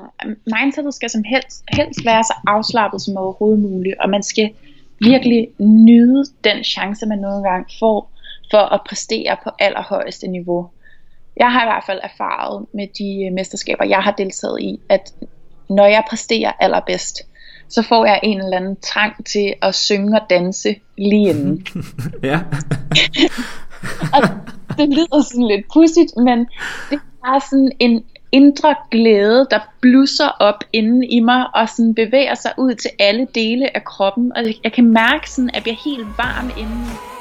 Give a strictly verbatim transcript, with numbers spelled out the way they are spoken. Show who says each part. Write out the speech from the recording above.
Speaker 1: mindsetet skal som helst, helst være så afslappet som overhovedet muligt, og man skal virkelig nyde den chance, man nogle gange får for at præstere på allerhøjeste niveau. Jeg har i hvert fald erfaret med de mesterskaber, jeg har deltaget i, at når jeg præsterer allerbedst, så får jeg en eller anden trang til at synge og danse lige inden.
Speaker 2: Ja.
Speaker 1: Og det lyder sådan lidt pudsigt, men det er sådan en indre glæde, der blusser op inden i mig, og sådan bevæger sig ud til alle dele af kroppen, og jeg kan mærke sådan, at jeg bliver helt varm inden.